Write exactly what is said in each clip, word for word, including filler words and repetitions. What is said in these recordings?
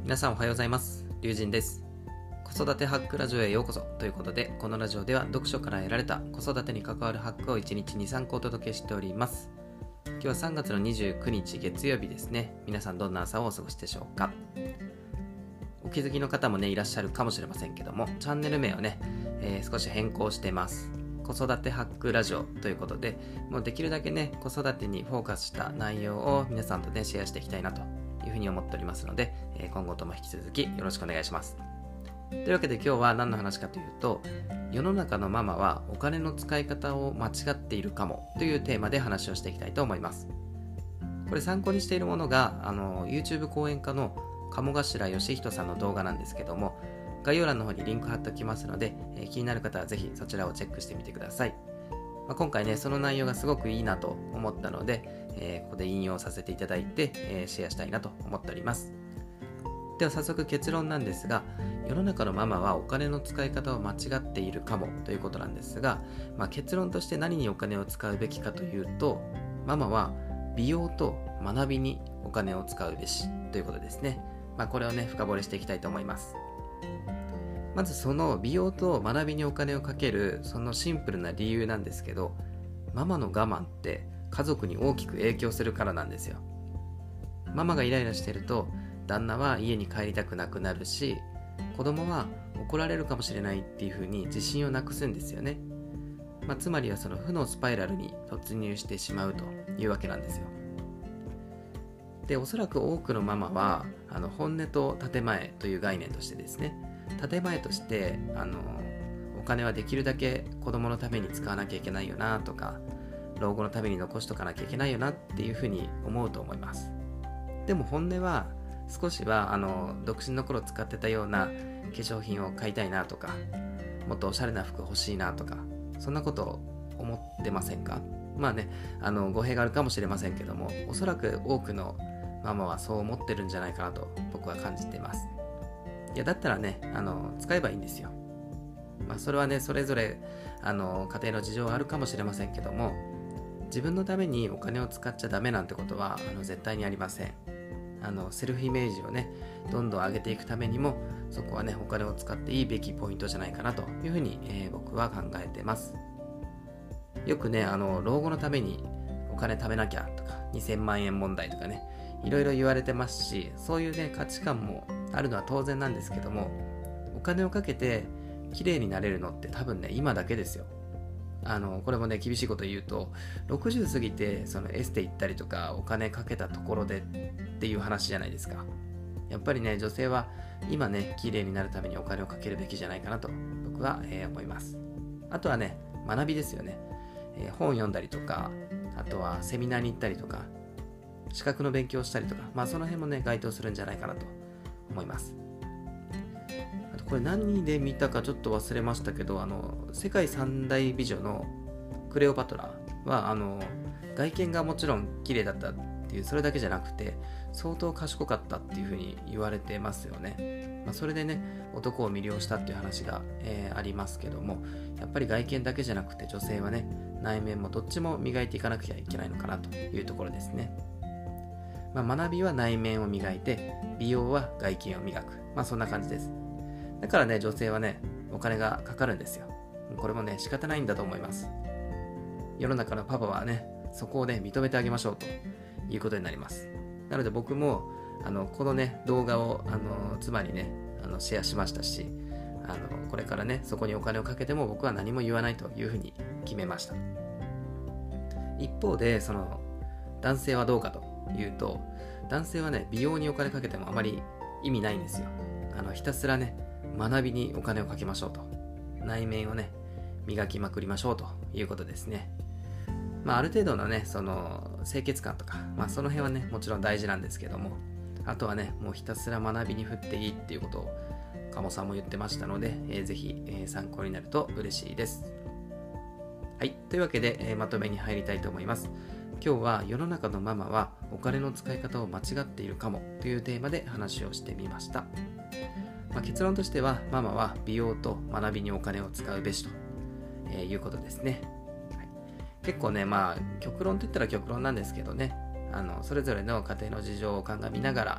皆さんおはようございます。龍神です。子育てハックラジオへようこそということで、このラジオでは読書から得られた子育てに関わるハックをいちにちに、さんこお届けしております。今日はさんがつのにじゅうくにち月曜日ですね。皆さんどんな朝をお過ごしでしょうか。お気づきの方もねいらっしゃるかもしれませんけども、チャンネル名をね、えー、少し変更してます。子育てハックラジオということで、もうできるだけね子育てにフォーカスした内容を皆さんとねシェアしていきたいなというふうに思っておりますので、えー、今後とも引き続きよろしくお願いします。というわけで今日は何の話かというと、世の中のママはお金の使い方を間違っているかもというテーマで話をしていきたいと思います。これ参考にしているものがあの YouTube 講演家の鴨頭義人さんの動画なんですけども、概要欄の方にリンク貼っておきますので、えー、気になる方はぜひそちらをチェックしてみてください。まあ、今回ねその内容がすごくいいなと思ったので、えー、ここで引用させていただいて、えー、シェアしたいなと思っております。では早速結論なんですが、世の中のママはお金の使い方を間違っているかもということなんですが、まあ、結論として何にお金を使うべきかというと、ママは美容と学びにお金を使うべしということですね。まあ、これをね深掘りしていきたいと思います。まずその美容と学びにお金をかけるそのシンプルな理由なんですけど、ママの我慢って家族に大きく影響するからなんですよ。ママがイライラしてると旦那は家に帰りたくなくなるし、子供は怒られるかもしれないっていう風に自信をなくすんですよね。まあ、つまりはその負のスパイラルに突入してしまうというわけなんですよ。で、おそらく多くのママはあの本音と建前という概念としてですね、建前としてあのお金はできるだけ子供のために使わなきゃいけないよなとか、老後のために残しとかなきゃいけないよなっていう風に思うと思います。でも本音は少しはあの独身の頃使ってたような化粧品を買いたいなとか、もっとおしゃれな服欲しいなとか、そんなこと思ってませんか？まあね、あの語弊があるかもしれませんけども、おそらく多くのママはそう思ってるんじゃないかなと僕は感じています。いやだったらねあの使えばいいんですよ。まあそれはねそれぞれあの家庭の事情はあるかもしれませんけども、自分のためにお金を使っちゃダメなんてことはあの絶対にありません。あのセルフイメージをねどんどん上げていくためにも、そこはねお金を使っていいべきポイントじゃないかなというふうに、えー、僕は考えてます。よくねあの老後のためにお金貯めなきゃとかにせんまんえん問題とかねいろいろ言われてますし、そういうね価値観もあるのは当然なんですけども、お金をかけて綺麗になれるのって多分ね今だけですよ。あのこれもね厳しいこと言うと、ろくじゅう過ぎてそのエステ行ったりとかお金かけたところでっていう話じゃないですか。やっぱりね女性は今ね綺麗になるためにお金をかけるべきじゃないかなと僕は、えー、思います。あとはね学びですよね、えー、本読んだりとか、あとはセミナーに行ったりとか、資格の勉強をしたりとか、まあその辺もね該当するんじゃないかなと思います。あとこれ何で見たかちょっと忘れましたけど、あの世界三大美女のクレオパトラはあの外見がもちろん綺麗だったっていうそれだけじゃなくて相当賢かったっていう風に言われてますよね。まあ、それでね男を魅了したっていう話が、えー、ありますけども、やっぱり外見だけじゃなくて女性はね内面もどっちも磨いていかなきゃいけないのかなというところですね。まあ、学びは内面を磨いて、美容は外見を磨く、まあそんな感じです。だからね女性はねお金がかかるんですよ。これもね仕方ないんだと思います。世の中のパパはねそこをね認めてあげましょうということになります。なので僕もあのこのね動画をあの妻にねあのシェアしましたし、あのこれからねそこにお金をかけても僕は何も言わないというふうに決めました。一方でその男性はどうかというと、男性はね美容にお金かけてもあまり意味ないんですよ。あのひたすらね学びにお金をかけましょうと、内面をね磨きまくりましょうということですね。まあある程度のねその清潔感とか、まあその辺はねもちろん大事なんですけども、あとはねもうひたすら学びに振っていいっていうことを鴨さんも言ってましたので、えー、ぜひ、えー、参考になると嬉しいです。はい、というわけで、えー、まとめに入りたいと思います。今日は世の中のママはお金の使い方を間違っているかもというテーマで話をしてみました。まあ、結論としてはママは美容と学びにお金を使うべしと、えー、いうことですね。はい、結構ねまあ極論といったら極論なんですけどね、あのそれぞれの家庭の事情を鑑みながら、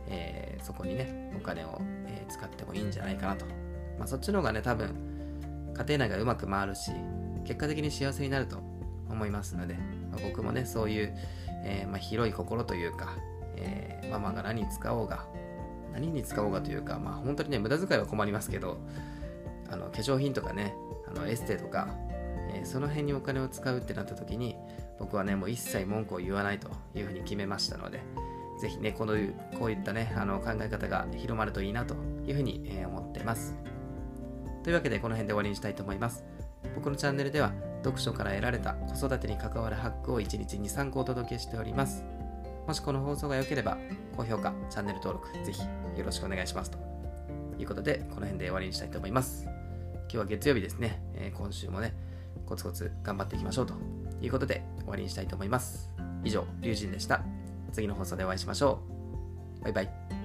えー、そこにねお金を、えー、使ってもいいんじゃないかなと、まあ、そっちの方がね多分家庭内がうまく回るし結果的に幸せになると思いますので、まあ、僕もねそういう、えーまあ、広い心というか、えー、ママが何に使おうが何に使おうがというか、まあ本当にね無駄遣いは困りますけど、あの化粧品とかねあのエステとか、えー、その辺にお金を使うってなった時に僕はねもう一切文句を言わないというふうに決めましたので、ぜひねこのこういったねあの考え方が広まるといいなというふうに、えー、思ってます。というわけでこの辺で終わりにしたいと思います。僕のチャンネルでは読書から得られた子育てに関わるハックをいちにちに、さんこお届けしております。もしこの放送が良ければ高評価、チャンネル登録ぜひよろしくお願いしますということで、この辺で終わりにしたいと思います。今日は月曜日ですね、えー、今週もねコツコツ頑張っていきましょうということで終わりにしたいと思います。以上、龍神でした。次の放送でお会いしましょう。バイバイ。